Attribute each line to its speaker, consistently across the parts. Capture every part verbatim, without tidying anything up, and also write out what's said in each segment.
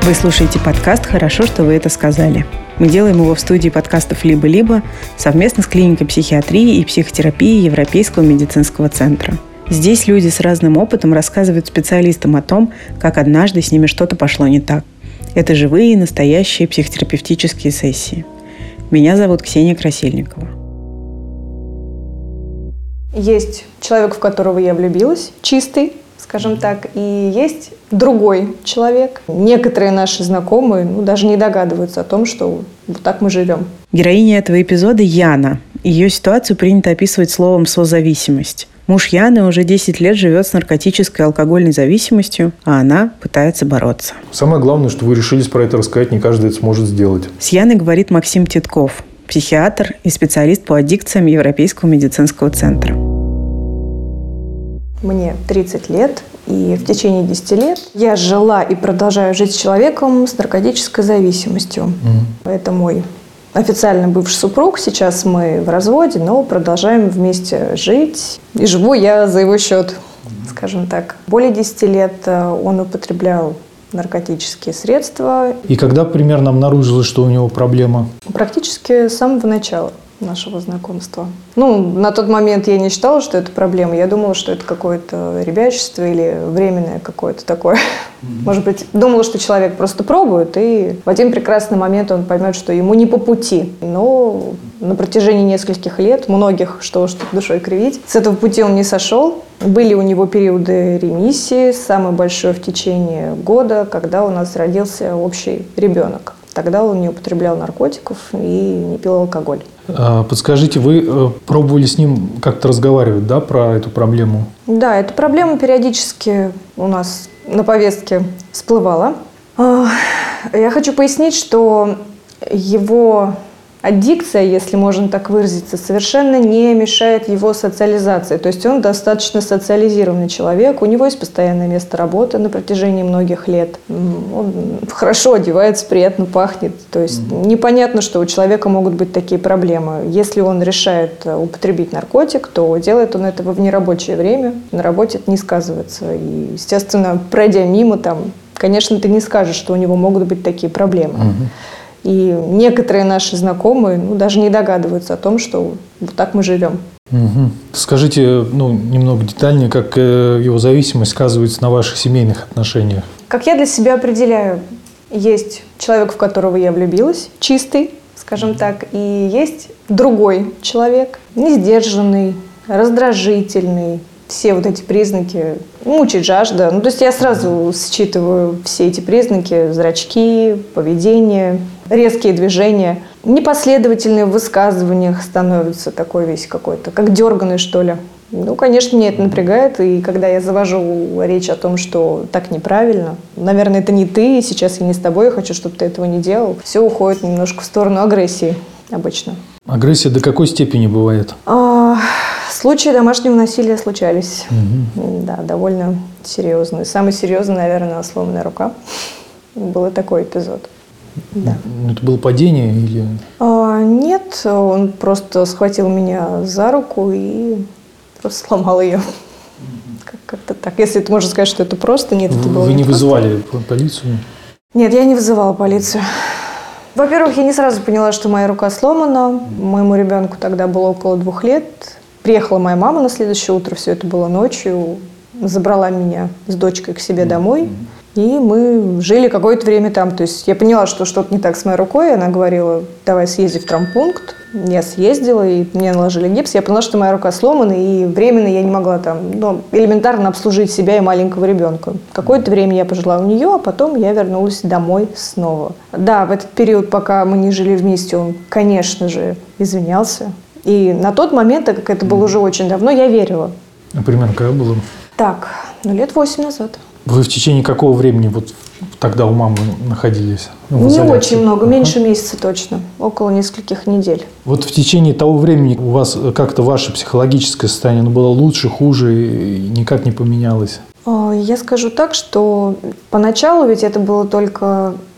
Speaker 1: Вы слушаете подкаст «Хорошо, что вы это сказали». Мы делаем его в студии подкастов «Либо-либо» совместно с клиникой психиатрии и психотерапии Европейского медицинского центра. Здесь люди с разным опытом рассказывают специалистам о том, как однажды с ними что-то пошло не так. Это живые, настоящие психотерапевтические сессии. Меня зовут Ксения Красильникова.
Speaker 2: Есть человек, в которого я влюбилась, чистый, скажем так, и есть другой человек. Некоторые наши знакомые ну, даже не догадываются о том, что вот так мы живем.
Speaker 1: Героиня этого эпизода Яна. Ее ситуацию принято описывать словом «созависимость». Муж Яны уже десять лет живет с наркотической и алкогольной зависимостью, а она пытается бороться.
Speaker 3: Самое главное, что вы решились про это рассказать, не каждый это сможет сделать.
Speaker 1: С Яной говорит Максим Титков, психиатр и специалист по аддикциям Европейского медицинского центра.
Speaker 2: Мне тридцать лет, и в течение десяти лет я жила и продолжаю жить с человеком с наркотической зависимостью. Mm. Это мой официально бывший супруг. Сейчас мы в разводе, но продолжаем вместе жить. И живу я за его счет, скажем так. Более десяти лет он употреблял наркотические средства.
Speaker 3: И когда примерно обнаружилось, что у него проблема?
Speaker 2: Практически с самого начала нашего знакомства. Ну, на тот момент я не считала, что это проблема. Я думала, что это какое-то ребячество или временное какое-то такое. Mm-hmm. Может быть, думала, что человек просто пробует, и в один прекрасный момент он поймет, что ему не по пути. Но на протяжении нескольких лет, многих, что уж тут душой кривить, с этого пути он не сошел. Были у него периоды ремиссии, самый большой в течение года, когда у нас родился общий ребенок. Тогда он не употреблял наркотиков и не пил алкоголь.
Speaker 3: Подскажите, вы пробовали с ним как-то разговаривать, да, про эту проблему?
Speaker 2: Да, эта проблема периодически у нас на повестке всплывала. Я хочу пояснить, что его аддикция, если можно так выразиться, совершенно не мешает его социализации. То есть он достаточно социализированный человек, у него есть постоянное место работы на протяжении многих лет. Он хорошо одевается, приятно пахнет. То есть mm-hmm. непонятно, что у человека могут быть такие проблемы. Если он решает употребить наркотик, то делает он это в нерабочее время. На работе это не сказывается. И, естественно, пройдя мимо, там, конечно, ты не скажешь, что у него могут быть такие проблемы. Mm-hmm. И некоторые наши знакомые ну, даже не догадываются о том, что вот так мы живем.
Speaker 3: Угу. Скажите ну, немного детальнее, как э, его зависимость сказывается на ваших семейных отношениях?
Speaker 2: Как я для себя определяю, есть человек, в которого я влюбилась, чистый, скажем так, и есть другой человек, несдержанный, раздражительный. Все вот эти признаки, мучить жажда. Ну, то есть я сразу считываю все эти признаки: зрачки, поведение, резкие движения. Непоследовательные в высказываниях становится такой весь какой-то, как дерганый, что ли. Ну, конечно, меня это напрягает. И когда я завожу речь о том, что так неправильно, наверное, это не ты, сейчас я не с тобой, я хочу, чтобы ты этого не делал, все уходит немножко в сторону агрессии обычно.
Speaker 3: Агрессия до какой степени бывает?
Speaker 2: А, случаи домашнего насилия случались.
Speaker 3: Угу.
Speaker 2: Да, довольно серьезные. Самый серьезный, наверное, сломанная рука. Был такой эпизод. Да.
Speaker 3: Это было падение или?
Speaker 2: А, нет, он просто схватил меня за руку и просто сломал ее. Как- как-то так. Если это можно сказать, что это просто, нет, это
Speaker 3: Вы,
Speaker 2: было
Speaker 3: вы не
Speaker 2: просто.
Speaker 3: вызывали полицию?
Speaker 2: Нет, я не вызывала полицию. Во-первых, я не сразу поняла, что моя рука сломана. Моему ребенку тогда было около двух лет. Приехала моя мама на следующее утро, все это было ночью. Забрала меня с дочкой к себе домой. И мы жили какое-то время там. То есть я поняла, что что-то не так с моей рукой. Она говорила: давай съезди в травмпункт. Я съездила, и мне наложили гипс. Я поняла, что моя рука сломана, и временно я не могла там ну, элементарно обслужить себя и маленького ребенка. Какое-то время я пожила у нее, а потом я вернулась домой снова. Да, в этот период, пока мы не жили вместе, он, конечно же, извинялся. И на тот момент, так как это было уже очень давно, я верила.
Speaker 3: Например, когда было?
Speaker 2: Так, ну лет восемь назад.
Speaker 3: Вы в течение какого времени вот тогда у мамы находились? Ну, в
Speaker 2: Не
Speaker 3: изоляции?
Speaker 2: очень много,
Speaker 3: Ага.
Speaker 2: меньше месяца точно, около нескольких недель.
Speaker 3: Вот в течение того времени у вас как-то ваше психологическое состояние оно было лучше, хуже, и никак не поменялось?
Speaker 2: Я скажу так, что поначалу ведь это было только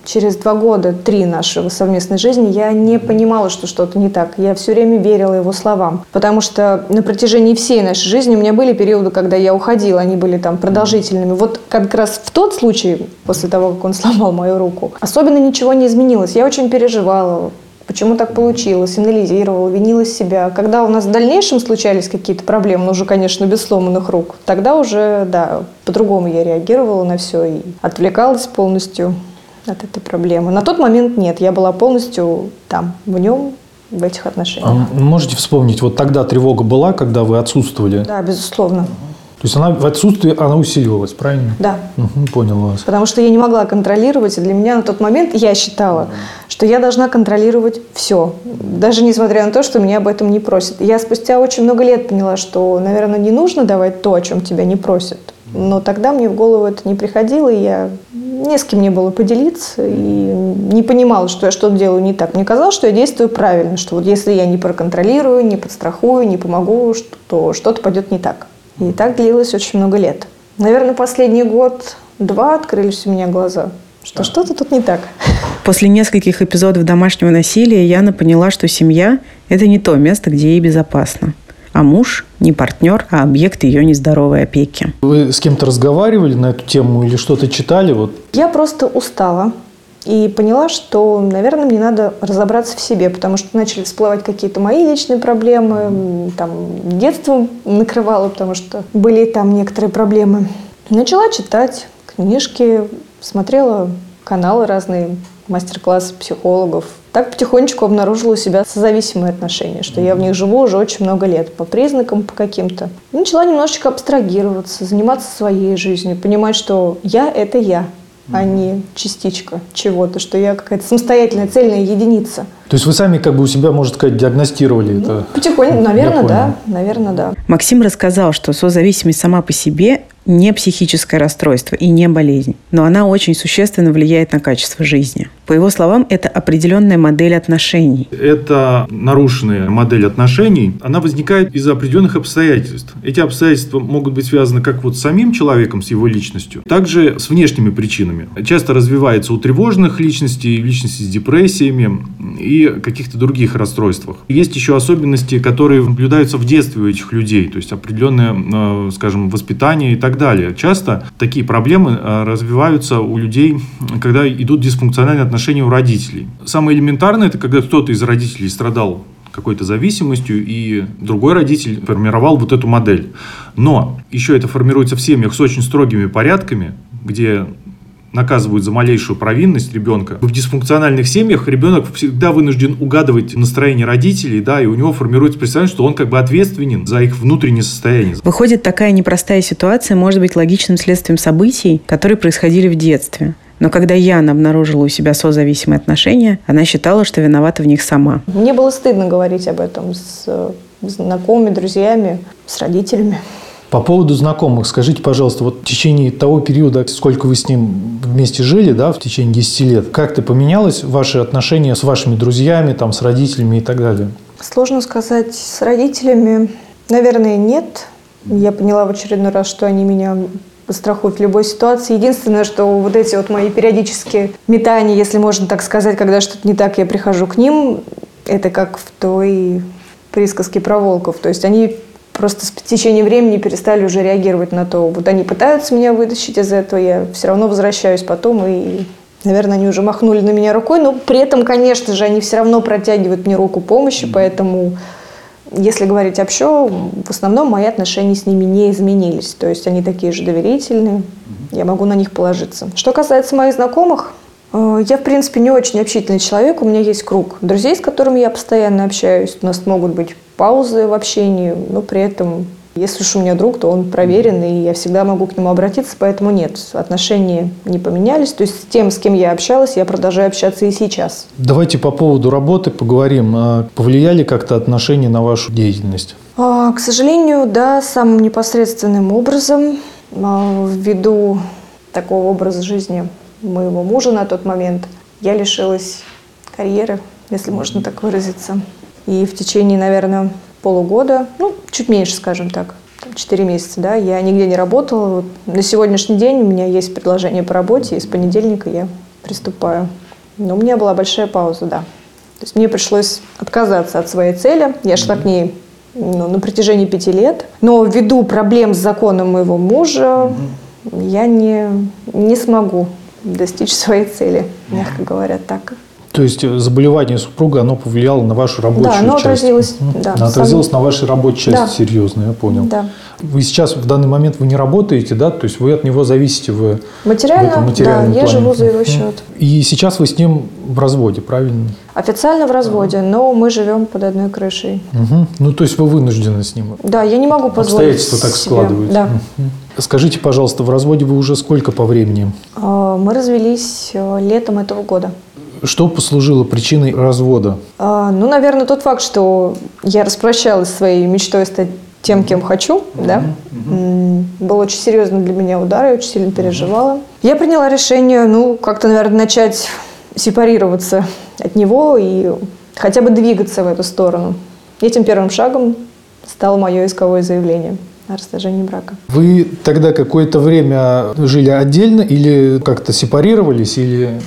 Speaker 2: через два года, три нашего совместной жизни, я не понимала, что что-то не так. Я все время верила его словам. Потому что на протяжении всей нашей жизни у меня были периоды, когда я уходила, они были там продолжительными. Вот как раз в тот случай, после того, как он сломал мою руку, особенно ничего не изменилось. Я очень переживала, почему так получилось, анализировала, винила себя. Когда у нас в дальнейшем случались какие-то проблемы, ну, уже, конечно, без сломанных рук, тогда уже, да, по-другому я реагировала на все и отвлекалась полностью от этой проблемы. На тот момент нет, я была полностью там, в нем, в этих отношениях.
Speaker 3: А можете вспомнить, вот тогда тревога была, когда вы отсутствовали?
Speaker 2: Да, безусловно.
Speaker 3: То есть она в отсутствии она усиливалась, правильно?
Speaker 2: Да.
Speaker 3: Угу, понял вас.
Speaker 2: Потому что я не могла контролировать, и для меня на тот момент я считала, что я должна контролировать все, даже несмотря на то, что меня об этом не просят. Я спустя очень много лет поняла, что, наверное, не нужно давать то, о чем тебя не просят. Но тогда мне в голову это не приходило, и я не с кем не было поделиться, и не понимала, что я что-то делаю не так. Мне казалось, что я действую правильно, что вот если я не проконтролирую, не подстрахую, не помогу, то что-то пойдет не так. И так длилось очень много лет. Наверное, последний год-два открылись у меня глаза, что что-то тут не так.
Speaker 1: После нескольких эпизодов домашнего насилия Яна поняла, что семья – это не то место, где ей безопасно. А муж не партнер, а объект ее нездоровой опеки.
Speaker 3: Вы с кем-то разговаривали на эту тему или что-то читали? Вот?
Speaker 2: Я просто устала. И поняла, что, наверное, мне надо разобраться в себе, потому что начали всплывать какие-то мои личные проблемы, там, детство накрывало, потому что были там некоторые проблемы. Начала читать книжки, смотрела каналы разные, мастер-классы психологов. Так потихонечку обнаружила у себя созависимые отношения, что я в них живу уже очень много лет, по признакам, по каким-то. И начала немножечко абстрагироваться, заниматься своей жизнью, понимать, что я – это я, а не частичка чего-то, что я какая-то самостоятельная, цельная единица.
Speaker 3: То есть вы сами, как бы у себя, можно сказать, диагностировали это?
Speaker 2: Потихоньку, наверное, да. Наверное, да.
Speaker 1: Максим рассказал, что созависимость сама по себе не психическое расстройство и не болезнь, но она очень существенно влияет на качество жизни. По его словам, это определенная модель отношений.
Speaker 4: Это нарушенная модель отношений. Она возникает из-за определенных обстоятельств. Эти обстоятельства могут быть связаны как вот с самим человеком, с его личностью, так же с внешними причинами. Часто развивается у тревожных личностей, личностей с депрессиями и каких-то других расстройствах. Есть еще особенности, которые наблюдаются в детстве у этих людей, то есть определенное, скажем, воспитание и так далее. Часто такие проблемы развиваются у людей, когда идут дисфункциональные отношения у родителей. Самое элементарное – это когда кто-то из родителей страдал какой-то зависимостью, и другой родитель формировал вот эту модель. Но еще это формируется в семьях с очень строгими порядками, где наказывают за малейшую провинность ребенка. В дисфункциональных семьях ребенок всегда вынужден угадывать настроение родителей, да, и у него формируется представление, что он как бы ответственен за их внутреннее состояние.
Speaker 1: Выходит, такая непростая ситуация может быть логичным следствием событий, которые происходили в детстве. Но когда Яна обнаружила у себя созависимые отношения, она считала, что виновата в них сама.
Speaker 2: Мне было стыдно говорить об этом с знакомыми, друзьями, с родителями.
Speaker 3: По поводу знакомых, скажите, пожалуйста, вот в течение того периода, сколько вы с ним вместе жили, да, в течение десяти лет, как-то поменялось ваши отношения с вашими друзьями, там, с родителями и так далее?
Speaker 2: Сложно сказать. С родителями, наверное, нет. Я поняла в очередной раз, что они меня подстрахуют в любой ситуации. Единственное, что вот эти вот мои периодические метания, если можно так сказать, когда что-то не так, я прихожу к ним, это как в той присказке про волков. То есть они просто с течением времени перестали уже реагировать на то. Вот они пытаются меня вытащить из этого, я все равно возвращаюсь потом, и, наверное, они уже махнули на меня рукой, но при этом, конечно же, они все равно протягивают мне руку помощи, поэтому, если говорить общо, в основном мои отношения с ними не изменились. То есть они такие же доверительные, я могу на них положиться. Что касается моих знакомых, я, в принципе, не очень общительный человек, у меня есть круг друзей, с которыми я постоянно общаюсь, у нас могут быть паузы в общении, но при этом, если уж у меня друг, то он проверенный, и я всегда могу к нему обратиться, поэтому нет, отношения не поменялись. То есть с тем, с кем я общалась, я продолжаю общаться и сейчас.
Speaker 3: Давайте по поводу работы поговорим. Повлияли как-то отношения на вашу деятельность?
Speaker 2: А, к сожалению, да, самым непосредственным образом, а, ввиду такого образа жизни моего мужа на тот момент, я лишилась карьеры, если можно так выразиться. И в течение, наверное, полугода, ну, чуть меньше, скажем так, четыре месяца, да, я нигде не работала. Вот на сегодняшний день у меня есть предложение по работе, и с понедельника я приступаю. Но у меня была большая пауза, да. То есть мне пришлось отказаться от своей цели. Я шла к ней ну, на протяжении пяти лет. Но ввиду проблем с законом моего мужа mm-hmm. я не, не смогу достичь своей цели, мягко говоря, так.
Speaker 3: То есть заболевание супруга, оно повлияло на вашу рабочую часть?
Speaker 2: Да, оно отразилось.
Speaker 3: Угу.
Speaker 2: Да,
Speaker 3: оно отразилось на вашей рабочей части,
Speaker 2: да.
Speaker 3: серьезно, я понял.
Speaker 2: Да.
Speaker 3: Вы сейчас в данный момент вы не работаете, да? То есть вы от него зависите в,
Speaker 2: материально,
Speaker 3: в этом материальном
Speaker 2: да,
Speaker 3: плане.
Speaker 2: Я живу за его счет.
Speaker 3: И сейчас вы с ним в разводе, правильно?
Speaker 2: Официально в разводе, но мы живем под одной крышей.
Speaker 3: Угу. Ну, то есть вы вынуждены с ним?
Speaker 2: Да, я не могу позволить
Speaker 3: Обстоятельства так
Speaker 2: себе.
Speaker 3: складываются?
Speaker 2: Да.
Speaker 3: Угу. Скажите, пожалуйста, в разводе вы уже сколько по времени?
Speaker 2: Мы развелись летом этого года.
Speaker 3: Что послужило причиной развода?
Speaker 2: А, ну, наверное, тот факт, что я распрощалась со своей мечтой стать тем, кем хочу, mm-hmm. да, mm-hmm. был очень серьезный для меня удар, я очень сильно переживала. Я приняла решение, ну, как-то, наверное, начать сепарироваться от него и хотя бы двигаться в эту сторону. Этим первым шагом стало мое исковое заявление о расторжении брака.
Speaker 3: Вы тогда какое-то время жили отдельно или как-то сепарировались, или...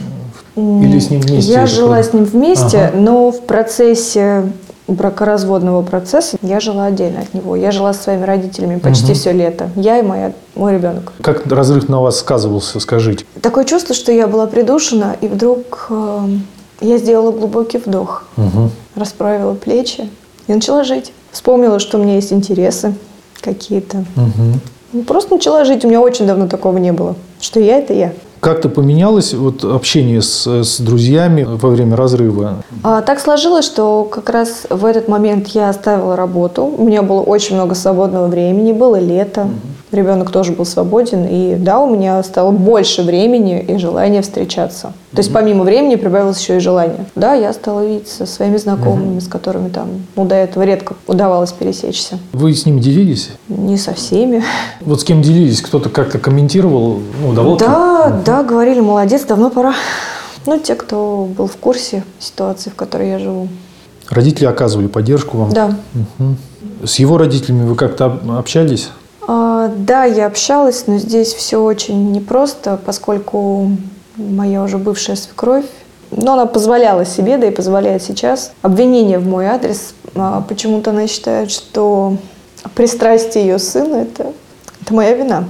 Speaker 3: Или с ним вместе?
Speaker 2: Я жила с ним вместе,
Speaker 3: ага.
Speaker 2: но в процессе бракоразводного процесса я жила отдельно от него. Я жила со своими родителями почти угу. все лето. Я и моя, мой ребенок.
Speaker 3: Как разрыв на вас сказывался, скажите?
Speaker 2: Такое чувство, что я была придушена, и вдруг э, я сделала глубокий вдох, угу. расправила плечи и начала жить. Вспомнила, что у меня есть интересы какие-то. Угу. Ну, просто начала жить. У меня очень давно такого не было. Что я – это я.
Speaker 3: Как-то поменялось вот, общение с, с друзьями во время разрыва?
Speaker 2: А, так сложилось, что как раз в этот момент я оставила работу. У меня было очень много свободного времени, было лето. Mm-hmm. Ребенок тоже был свободен. И да, у меня стало больше времени и желания встречаться. Mm-hmm. То есть помимо времени прибавилось еще и желание. Да, я стала видеться со своими знакомыми, mm-hmm. с которыми там ну, до этого редко удавалось пересечься.
Speaker 3: Вы с ним делились?
Speaker 2: Не со всеми.
Speaker 3: Вот с кем делились? Кто-то как-то комментировал? Ну, давал
Speaker 2: да,
Speaker 3: mm-hmm.
Speaker 2: да, говорили, молодец, давно пора. Ну, те, кто был в курсе ситуации, в которой я живу.
Speaker 3: Родители оказывали поддержку вам?
Speaker 2: Да.
Speaker 3: Угу. С его родителями вы как-то общались?
Speaker 2: А, да, я общалась, но здесь все очень непросто, поскольку моя уже бывшая свекровь, но она позволяла себе, да и позволяет сейчас, обвинение в мой адрес. А, почему-то она считает, что пристрастие ее сына – это, это моя вина.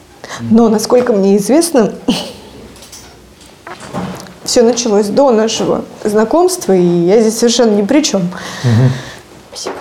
Speaker 2: Но, насколько мне известно, все началось до нашего знакомства, и я здесь совершенно ни при чем. Угу. Спасибо.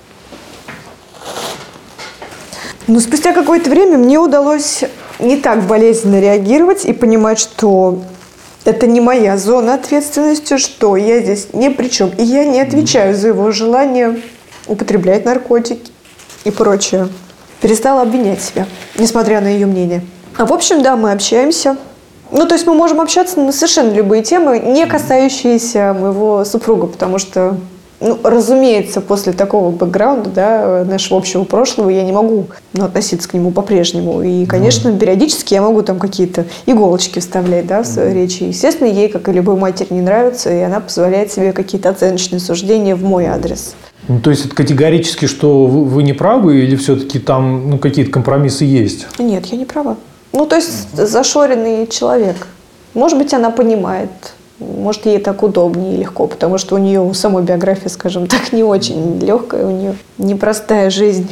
Speaker 2: Но спустя какое-то время мне удалось не так болезненно реагировать и понимать, что это не моя зона ответственности, что я здесь ни при чем. И я не отвечаю за его желание употреблять наркотики и прочее. Перестала обвинять себя, несмотря на ее мнение. А в общем, да, мы общаемся. Ну, то есть мы можем общаться на совершенно любые темы, не касающиеся моего супруга, потому что, ну, разумеется, после такого бэкграунда, да, нашего общего прошлого, я не могу ну, относиться к нему по-прежнему. И, конечно, периодически я могу там какие-то иголочки вставлять, да, в свою речь. И, естественно, ей, как и любой матери, не нравится, и она позволяет себе какие-то оценочные суждения в мой адрес.
Speaker 3: Ну, то есть это категорически, что вы, вы не правы, или все-таки там ну, какие-то компромиссы есть?
Speaker 2: Нет, я не права. Ну, то есть зашоренный человек. Может быть, она понимает, может, ей так удобнее и легко, потому что у нее у самой биография, скажем так, не очень легкая, у нее непростая жизнь.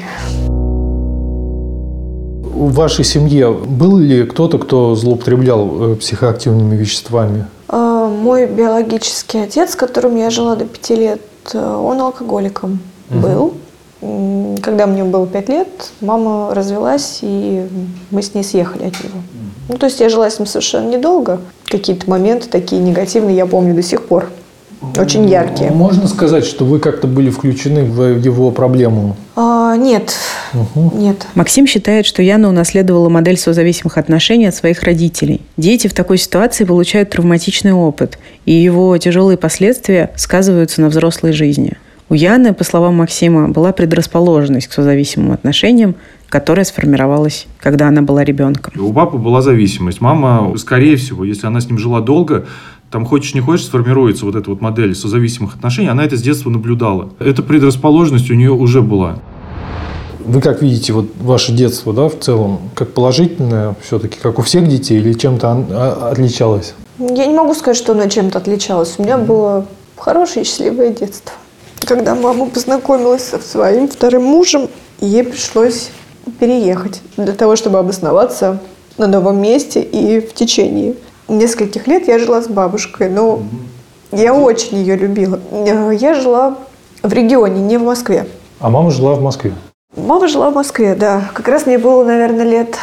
Speaker 3: В вашей семье был ли кто-то, кто злоупотреблял психоактивными веществами?
Speaker 2: А, мой биологический отец, с которым я жила до пяти лет, он алкоголиком угу. был. Когда мне было пять лет, мама развелась, и мы с ней съехали от него. Ну, то есть я жила с ним совершенно недолго. Какие-то моменты такие негативные я помню до сих пор. Очень яркие.
Speaker 3: Можно сказать, что вы как-то были включены в его проблему?
Speaker 2: А, нет. Угу. Нет.
Speaker 1: Максим считает, что Яна унаследовала модель созависимых отношений от своих родителей. Дети в такой ситуации получают травматичный опыт, и его тяжелые последствия сказываются на взрослой жизни. У Яны, по словам Максима, была предрасположенность к созависимым отношениям, которая сформировалась, когда она была ребенком.
Speaker 4: У папы была зависимость. Мама, скорее всего, если она с ним жила долго, там хочешь не хочешь, сформируется вот эта вот модель созависимых отношений. Она это с детства наблюдала. Эта предрасположенность у нее уже была.
Speaker 3: Вы как видите вот ваше детство, да, в целом, как положительное все-таки, как у всех детей, или чем-то отличалось?
Speaker 2: Я не могу сказать, что она чем-то отличалась. У меня было хорошее и счастливое детство. Когда мама познакомилась со своим вторым мужем, ей пришлось переехать для того, чтобы обосноваться на новом месте. И в течение нескольких лет я жила с бабушкой, но я очень ее любила. Я жила в регионе, не в Москве.
Speaker 3: А мама жила в Москве?
Speaker 2: Мама жила в Москве, да. Как раз мне было, наверное, лет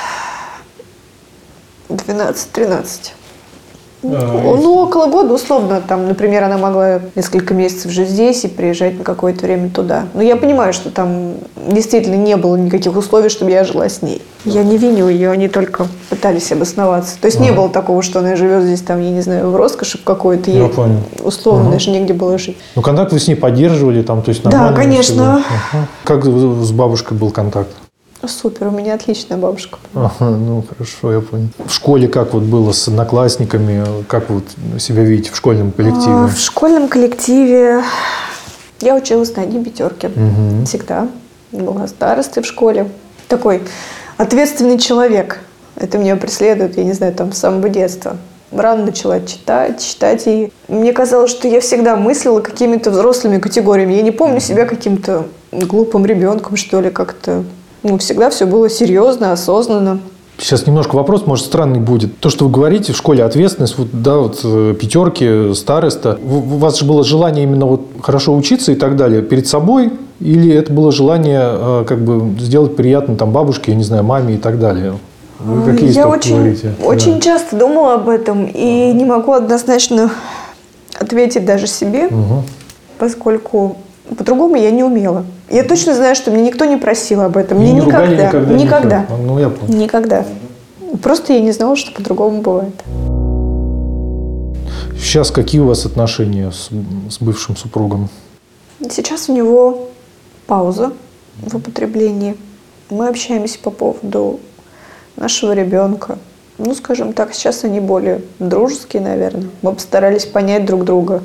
Speaker 2: двенадцать-тринадцать.
Speaker 3: А,
Speaker 2: Ну, около года, условно. Там, например, она могла несколько месяцев жить здесь и приезжать на какое-то время туда. Но я понимаю, что там действительно не было никаких условий, чтобы я жила с ней. Я не виню ее, они только пытались обосноваться. То есть ага. не было такого, что она живет здесь, там, я не знаю, в роскоши какой-то. Ей условно ага. даже негде было жить.
Speaker 3: Ну, контакт вы с ней поддерживали? Там, то есть нормально?
Speaker 2: Да, конечно.
Speaker 3: Ага. Как с бабушкой был контакт?
Speaker 2: Супер, у меня отличная бабушка.
Speaker 3: Ага, ну, хорошо, я понял. В школе как вот было с одноклассниками? Как вы вот себя видите в школьном коллективе?
Speaker 2: А, в школьном коллективе я училась на одни пятерки.
Speaker 3: Угу.
Speaker 2: Всегда. Была старостой в школе. Такой ответственный человек. Это меня преследует, я не знаю, там, с самого детства. Рано начала читать, читать. И мне казалось, что я всегда мыслила какими-то взрослыми категориями. Я не помню себя каким-то глупым ребенком, что ли, как-то... Ну, всегда все было серьезно, осознанно.
Speaker 3: Сейчас немножко вопрос, может, странный будет. То, что вы говорите, в школе ответственность, вот, да, вот пятерки, староста. У вас же было желание именно вот хорошо учиться и так далее перед собой? Или это было желание как бы сделать приятно там бабушке, я не знаю, маме и так далее? Вы какие
Speaker 2: я очень,
Speaker 3: говорите?
Speaker 2: очень
Speaker 3: да.
Speaker 2: часто думала об этом и не могу однозначно ответить даже себе, угу. поскольку по-другому я не умела. Я точно знаю, что меня никто не просил об этом. Мне
Speaker 3: не
Speaker 2: никогда.
Speaker 3: никогда.
Speaker 2: Никогда.
Speaker 3: Ну, я понял.
Speaker 2: Никогда. Просто я не знала, что по-другому бывает.
Speaker 3: Сейчас какие у вас отношения с, с бывшим супругом?
Speaker 2: Сейчас у него пауза в употреблении. Мы общаемся по поводу нашего ребенка. Ну, скажем так, сейчас они более дружеские, наверное. Мы постарались понять друг друга.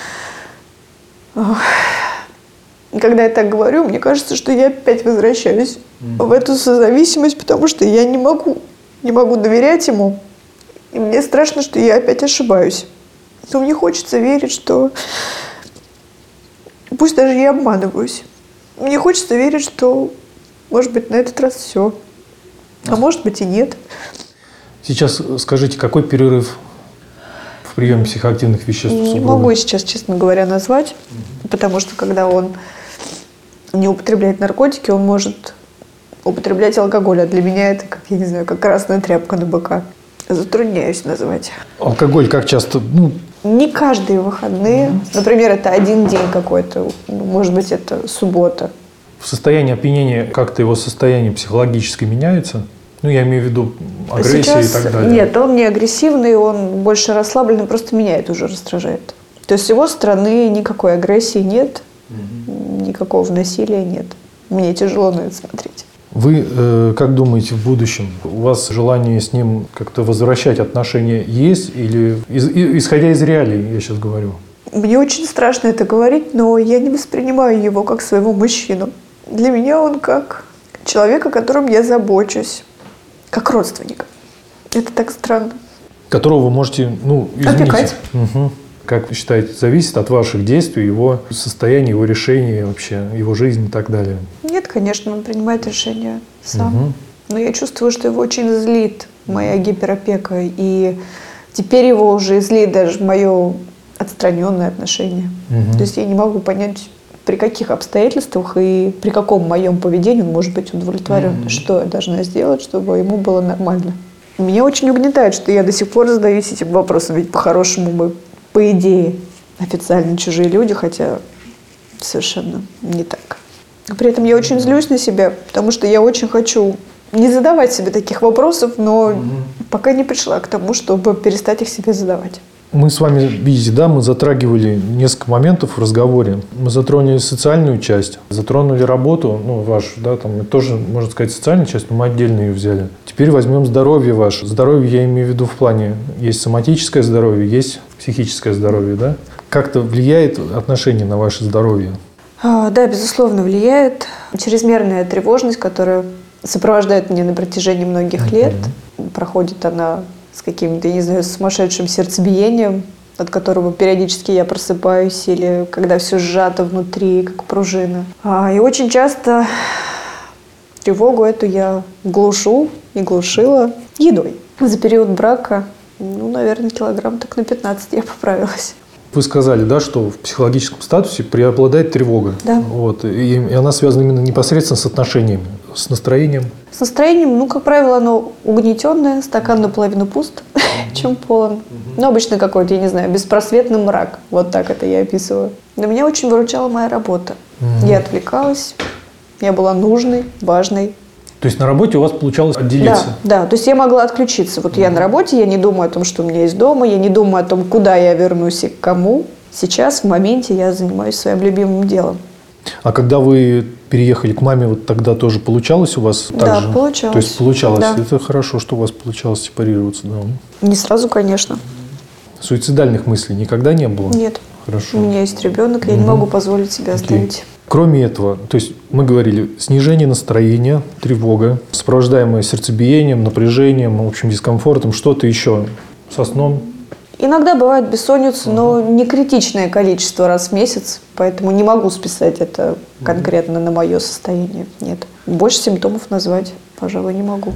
Speaker 2: Когда я так говорю, мне кажется, что я опять возвращаюсь mm-hmm. в эту созависимость, потому что я не могу, не могу доверять ему. И мне страшно, что я опять ошибаюсь. Но мне хочется верить, что... Пусть даже я обманываюсь. Мне хочется верить, что, может быть, на этот раз все. А может быть и нет.
Speaker 3: Сейчас скажите, какой перерыв в приеме психоактивных веществ у супруга?
Speaker 2: Не могу сейчас, честно говоря, назвать. Mm-hmm. Потому что, когда он не употребляет наркотики, он может употреблять алкоголь. А для меня это, как, я не знаю, как красная тряпка на быка. Затрудняюсь назвать.
Speaker 3: Алкоголь как часто? Ну...
Speaker 2: Не каждые выходные. Mm-hmm. Например, это один день какой-то. Может быть, это суббота.
Speaker 3: В состоянии опьянения как-то его состояние психологически меняется? Ну, я имею в виду агрессия
Speaker 2: Сейчас...
Speaker 3: и так далее.
Speaker 2: Нет, он не агрессивный, он больше расслабленный, просто меня это уже раздражает. То есть с его стороны никакой агрессии нет, угу. никакого насилия нет. Мне тяжело на это смотреть.
Speaker 3: Вы э, как думаете в будущем? У вас желание с ним как-то возвращать отношения есть? Или из, исходя из реалий, я сейчас говорю?
Speaker 2: Мне очень страшно это говорить, но я не воспринимаю его как своего мужчину. Для меня он как человек, о котором я забочусь. Как родственник. Это так странно.
Speaker 3: Которого вы можете, ну, извините.
Speaker 2: Опекать.
Speaker 3: Угу. Как вы считаете, зависит от ваших действий, его состояния, его решений вообще, его жизни и так далее?
Speaker 2: Нет, конечно, он принимает решения сам.
Speaker 3: Угу.
Speaker 2: Но я чувствую, что его очень злит моя гиперопека. И теперь его уже злит даже мое отстраненное отношение. Угу. То есть я не могу понять, при каких обстоятельствах и при каком моем поведении он может быть удовлетворен. Mm-hmm. Что я должна сделать, чтобы ему было нормально. Меня очень угнетает, что я до сих пор задаюсь этим вопросом. Ведь по-хорошему мы, по идее, официально чужие люди, хотя совершенно не так. При этом я очень злюсь на себя, потому что я очень хочу не задавать себе таких вопросов, но mm-hmm. пока не пришла к тому, чтобы перестать их себе задавать.
Speaker 3: Мы с вами, видите, да, мы затрагивали несколько моментов в разговоре. Мы затронули социальную часть, затронули работу, ну, вашу, да, там, это тоже, можно сказать, социальная часть, но мы отдельно ее взяли. Теперь возьмем здоровье ваше. Здоровье я имею в виду в плане, есть соматическое здоровье, есть психическое здоровье, да? Как-то влияет отношение на ваше здоровье?
Speaker 2: А, да, безусловно, влияет. Чрезмерная тревожность, которая сопровождает меня на протяжении многих лет. Mm-hmm. Проходит она с каким-то, я не знаю, сумасшедшим сердцебиением, от которого периодически я просыпаюсь, или когда все сжато внутри, как пружина. А, и очень часто тревогу эту я глушу и глушила едой. За период брака, ну, наверное, килограмм так на пятнадцать я поправилась.
Speaker 3: Вы сказали, да, что в психологическом статусе преобладает тревога.
Speaker 2: Да.
Speaker 3: Вот, и, и она связана именно непосредственно с отношениями, с настроением.
Speaker 2: С настроением, ну, как правило, оно угнетенное, стакан наполовину пуст, чем полон. Ну, обычно какой-то, я не знаю, беспросветный мрак. Вот так это я описываю. Но меня очень выручала моя работа. Я отвлекалась, я была нужной, важной.
Speaker 3: То есть на работе у вас получалось отделиться?
Speaker 2: Да, да, то есть я могла отключиться. Вот я на работе, я не думаю о том, что у меня есть дома, я не думаю о том, куда я вернусь и к кому. Сейчас, в моменте, я занимаюсь своим любимым делом.
Speaker 3: А когда вы переехали к маме, вот тогда тоже получалось у вас так
Speaker 2: Да,
Speaker 3: же?
Speaker 2: получалось.
Speaker 3: То есть получалось.
Speaker 2: Да.
Speaker 3: Это хорошо, что у вас получалось сепарироваться. Да.
Speaker 2: Не сразу, конечно.
Speaker 3: Суицидальных мыслей никогда не было?
Speaker 2: Нет.
Speaker 3: Хорошо.
Speaker 2: У меня есть ребенок, я
Speaker 3: Угу.
Speaker 2: не могу позволить себе
Speaker 3: Окей.
Speaker 2: оставить.
Speaker 3: Кроме этого, то есть мы говорили, снижение настроения, тревога, сопровождаемое сердцебиением, напряжением, в общем, дискомфортом, что-то еще со сном.
Speaker 2: Иногда бывает бессонница, но не критичное количество раз в месяц, поэтому не могу списать это конкретно на мое состояние. Нет. Больше симптомов назвать, пожалуй, не могу.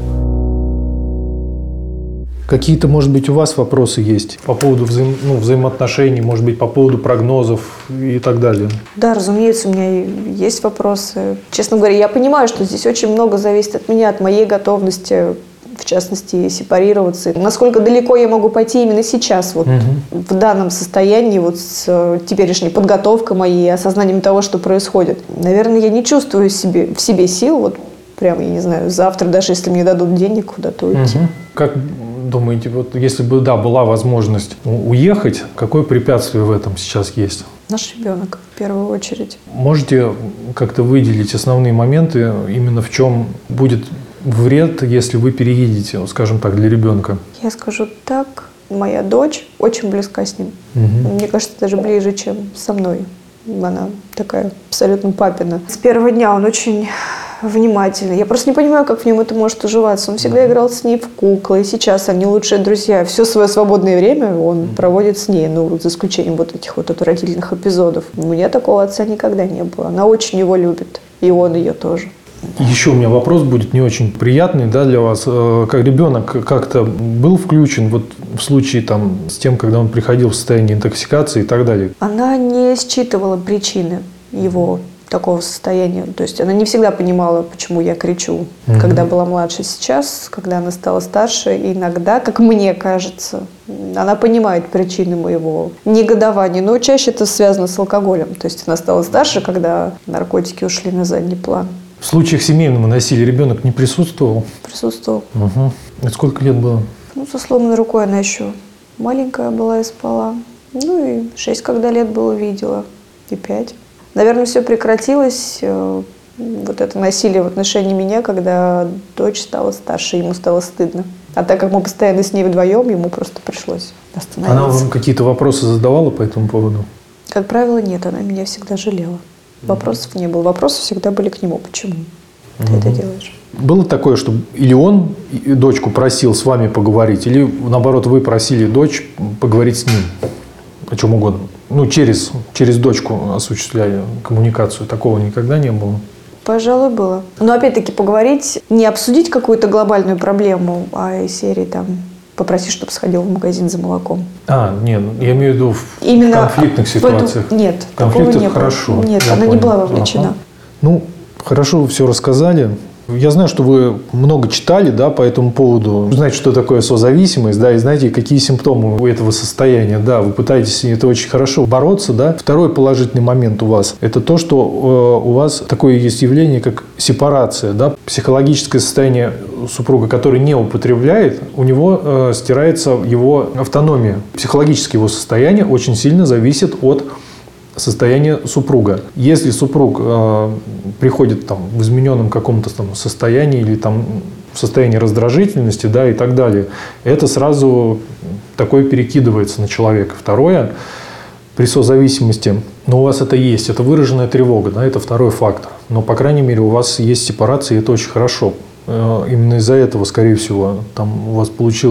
Speaker 3: Какие-то, может быть, у вас вопросы есть по поводу взаим, ну, взаимоотношений, может быть, по поводу прогнозов и так далее?
Speaker 2: Да, разумеется, у меня есть вопросы. Честно говоря, я понимаю, что здесь очень много зависит от меня, от моей готовности, в частности, сепарироваться. Насколько далеко я могу пойти именно сейчас, вот угу. в данном состоянии, вот с теперешней подготовкой моей, осознанием того, что происходит. Наверное, я не чувствую в себе, в себе сил, вот прям, я не знаю, завтра, даже если мне дадут денег, куда-то уйти.
Speaker 3: Угу. Как думаете, вот если бы, да, была возможность уехать, какое препятствие в этом сейчас есть?
Speaker 2: Наш ребенок, в первую очередь.
Speaker 3: Можете как-то выделить основные моменты, именно в чем будет вред, если вы переедете, скажем так, для ребенка?
Speaker 2: Я скажу так, моя дочь очень близка с ним.
Speaker 3: Угу.
Speaker 2: Мне кажется, даже ближе, чем со мной. Она такая абсолютно папина. С первого дня он очень внимательный. Я просто не понимаю, как в нем это может уживаться. Он всегда играл с ней в куклы, и сейчас они лучшие друзья. Все свое свободное время он проводит с ней, ну, за исключением вот этих вот отвратительных эпизодов. У меня такого отца никогда не было. Она очень его любит, и он ее тоже.
Speaker 3: Еще у меня вопрос будет не очень приятный, да, для вас. Как ребенок как-то был включен вот в случае там, с тем, когда он приходил в состояние интоксикации и так далее?
Speaker 2: Она не считывала причины его такого состояния. То есть она не всегда понимала, почему я кричу, mm-hmm. когда была младше. Сейчас, когда она стала старше, иногда, как мне кажется, она понимает причины моего негодования. Но чаще это связано с алкоголем. То есть она стала старше, когда наркотики ушли на задний план.
Speaker 3: В случаях семейного насилия ребенок не присутствовал?
Speaker 2: Присутствовал.
Speaker 3: Угу. Это сколько лет было?
Speaker 2: Ну, со сломанной рукой она еще маленькая была и спала. Ну и шесть, когда лет было, видела. И пять. Наверное, все прекратилось, э, вот это насилие в отношении меня, когда дочь стала старше, ему стало стыдно. А так как мы постоянно с ней вдвоем, ему просто пришлось остановиться.
Speaker 3: Она вам какие-то вопросы задавала по этому поводу?
Speaker 2: Как правило, нет, она меня всегда жалела. Вопросов не было. Вопросы всегда были к нему. Почему ты
Speaker 3: угу.
Speaker 2: это делаешь?
Speaker 3: Было такое, что или он дочку просил с вами поговорить, или наоборот вы просили дочь поговорить с ним? О чем угодно. Ну, через, через дочку осуществляли коммуникацию. Такого никогда не было?
Speaker 2: Пожалуй, было. Но опять-таки поговорить, не обсудить какую-то глобальную проблему, а из серии там попроси, чтобы сходил в магазин за молоком.
Speaker 3: А, нет, я имею в виду в
Speaker 2: Именно
Speaker 3: конфликтных ситуациях.
Speaker 2: В эту... Нет,
Speaker 3: в конфликтах
Speaker 2: такого не
Speaker 3: хорошо.
Speaker 2: было. Нет,
Speaker 3: я
Speaker 2: она
Speaker 3: понял.
Speaker 2: не была вовлечена.
Speaker 3: Ага. Ну, хорошо, вы все рассказали. Я знаю, что вы много читали, да, по этому поводу. Знаете, что такое созависимость, да, и знаете, какие симптомы у этого состояния, да. Вы пытаетесь это очень хорошо бороться, да. Второй положительный момент у вас – это то, что э, у вас такое есть явление, как сепарация, да. Психологическое состояние супруга, который не употребляет, у него э, стирается его автономия. Психологическое его состояние очень сильно зависит от состояние супруга. Если супруг э, приходит там, в измененном каком-то там, состоянии или там, в состоянии раздражительности, да, и так далее, это сразу такое перекидывается на человека. Второе, при созависимости, но у вас это есть, это выраженная тревога, да, это второй фактор. Но, по крайней мере, у вас есть сепарация, и это очень хорошо. Э, именно из-за этого, скорее всего, там у вас получилось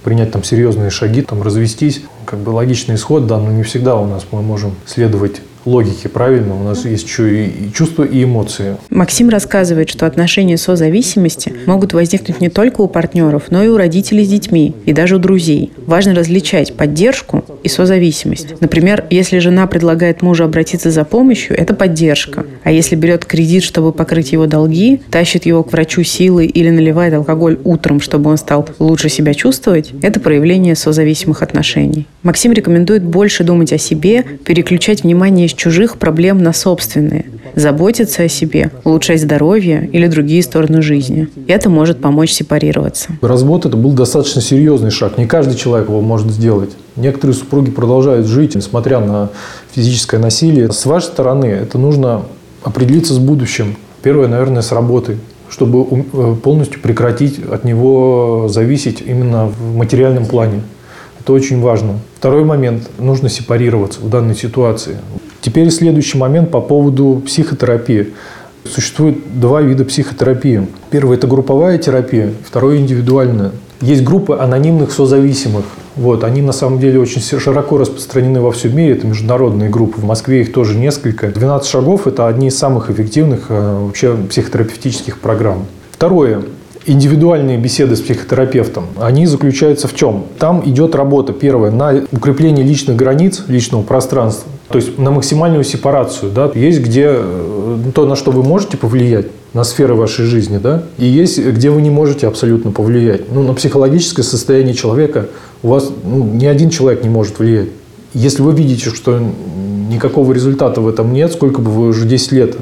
Speaker 3: принять там серьезные шаги, там развестись. Как бы логичный исход, да, но не всегда у нас мы можем следовать логике, правильно? У нас есть еще и чувства, и эмоции.
Speaker 1: Максим рассказывает, что отношения созависимости могут возникнуть не только у партнеров, но и у родителей с детьми, и даже у друзей. Важно различать поддержку и созависимость. Например, если жена предлагает мужу обратиться за помощью, это поддержка. А если берет кредит, чтобы покрыть его долги, тащит его к врачу силой или наливает алкоголь утром, чтобы он стал лучше себя чувствовать, это проявление созависимых отношений. Максим рекомендует больше думать о себе, переключать внимание с чужих проблем на собственные, заботиться о себе, улучшать здоровье или другие стороны жизни. Это может помочь сепарироваться.
Speaker 3: Развод – это был достаточно серьезный шаг. Не каждый человек его может сделать. Некоторые супруги продолжают жить, несмотря на физическое насилие. С вашей стороны это нужно определиться с будущим. Первое, наверное, с работой, чтобы полностью прекратить от него зависеть именно в материальном плане. Это очень важно. Второй момент. Нужно сепарироваться в данной ситуации. Теперь следующий момент по поводу психотерапии. Существует два вида психотерапии. Первый – это групповая терапия, второй – индивидуальная. Есть группы анонимных созависимых. Вот, они на самом деле очень широко распространены во всем мире. Это международные группы. В Москве их тоже несколько. двенадцать шагов – это одни из самых эффективных вообще психотерапевтических программ. Второе. Индивидуальные беседы с психотерапевтом, они заключаются в чем? Там идет работа, первое, на укрепление личных границ, личного пространства, то есть на максимальную сепарацию. Да? Есть где то, на что вы можете повлиять, на сферы вашей жизни, да? И есть где вы не можете абсолютно повлиять. Ну, на психологическое состояние человека у вас ну, ни один человек не может влиять. Если вы видите, что никакого результата в этом нет, сколько бы вы уже десять лет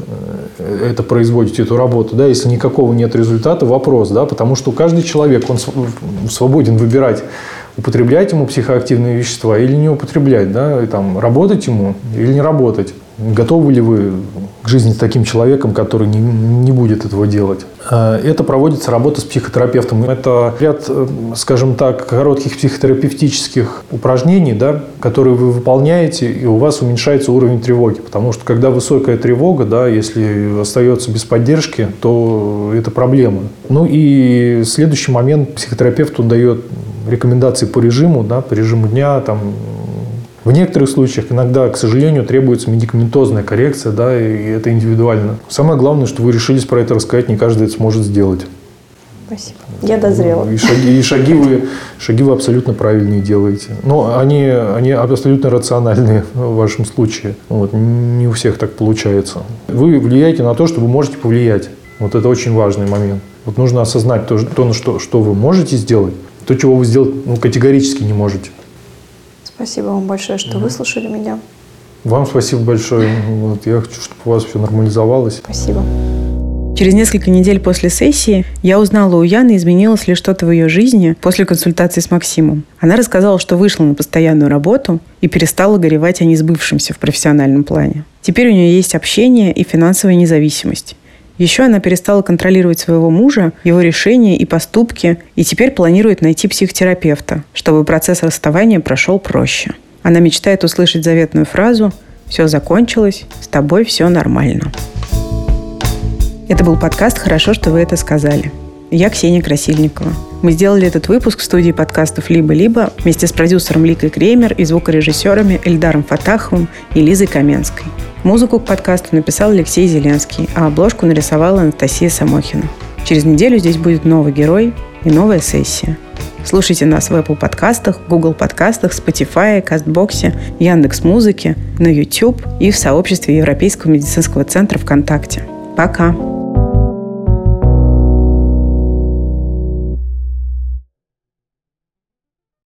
Speaker 3: это производите, эту работу, да, если никакого нет результата, вопрос, да, потому что каждый человек, он свободен выбирать, употреблять ему психоактивные вещества или не употреблять, да, и там, работать ему или не работать. Готовы ли вы к жизни с таким человеком, который не, не будет этого делать? Это проводится работа с психотерапевтом. Это ряд, скажем так, коротких психотерапевтических упражнений, да, которые вы выполняете, и у вас уменьшается уровень тревоги. Потому что когда высокая тревога, да, если остается без поддержки, то это проблема. Ну и следующий момент. Психотерапевт, он дает рекомендации по режиму, да, по режиму дня, там, в некоторых случаях иногда, к сожалению, требуется медикаментозная коррекция, да, и это индивидуально. Самое главное, что вы решились про это рассказать, не каждый это сможет сделать.
Speaker 2: Спасибо. Я дозрела.
Speaker 3: И шаги, и шаги, вы, шаги вы абсолютно правильные делаете. Но они, они абсолютно рациональные в вашем случае. Вот, не у всех так получается. Вы влияете на то, что вы можете повлиять. Вот это очень важный момент. Вот нужно осознать то, то что, что вы можете сделать, то, чего вы сделать ну, категорически не можете.
Speaker 2: Спасибо вам большое, что mm-hmm. выслушали меня.
Speaker 3: Вам спасибо большое. Вот, я хочу, чтобы у вас все нормализовалось.
Speaker 2: Спасибо.
Speaker 1: Через несколько недель после сессии я узнала у Яны, изменилось ли что-то в ее жизни после консультации с Максимом. Она рассказала, что вышла на постоянную работу и перестала горевать о несбывшемся в профессиональном плане. Теперь у нее есть общение и финансовая независимость. Еще она перестала контролировать своего мужа, его решения и поступки, и теперь планирует найти психотерапевта, чтобы процесс расставания прошел проще. Она мечтает услышать заветную фразу «Все закончилось, с тобой все нормально». Это был подкаст «Хорошо, что вы это сказали». Я Ксения Красильникова. Мы сделали этот выпуск в студии подкастов «Либо-либо» вместе с продюсером Ликой Кремер и звукорежиссерами Эльдаром Фатаховым и Лизой Каменской. Музыку к подкасту написал Алексей Зеленский, а обложку нарисовала Анастасия Самохина. Через неделю здесь будет новый герой и новая сессия. Слушайте нас в Apple подкастах, Google подкастах, Spotify, Кастбоксе, Яндекс.Музыке, на YouTube и в сообществе Европейского медицинского центра ВКонтакте. Пока!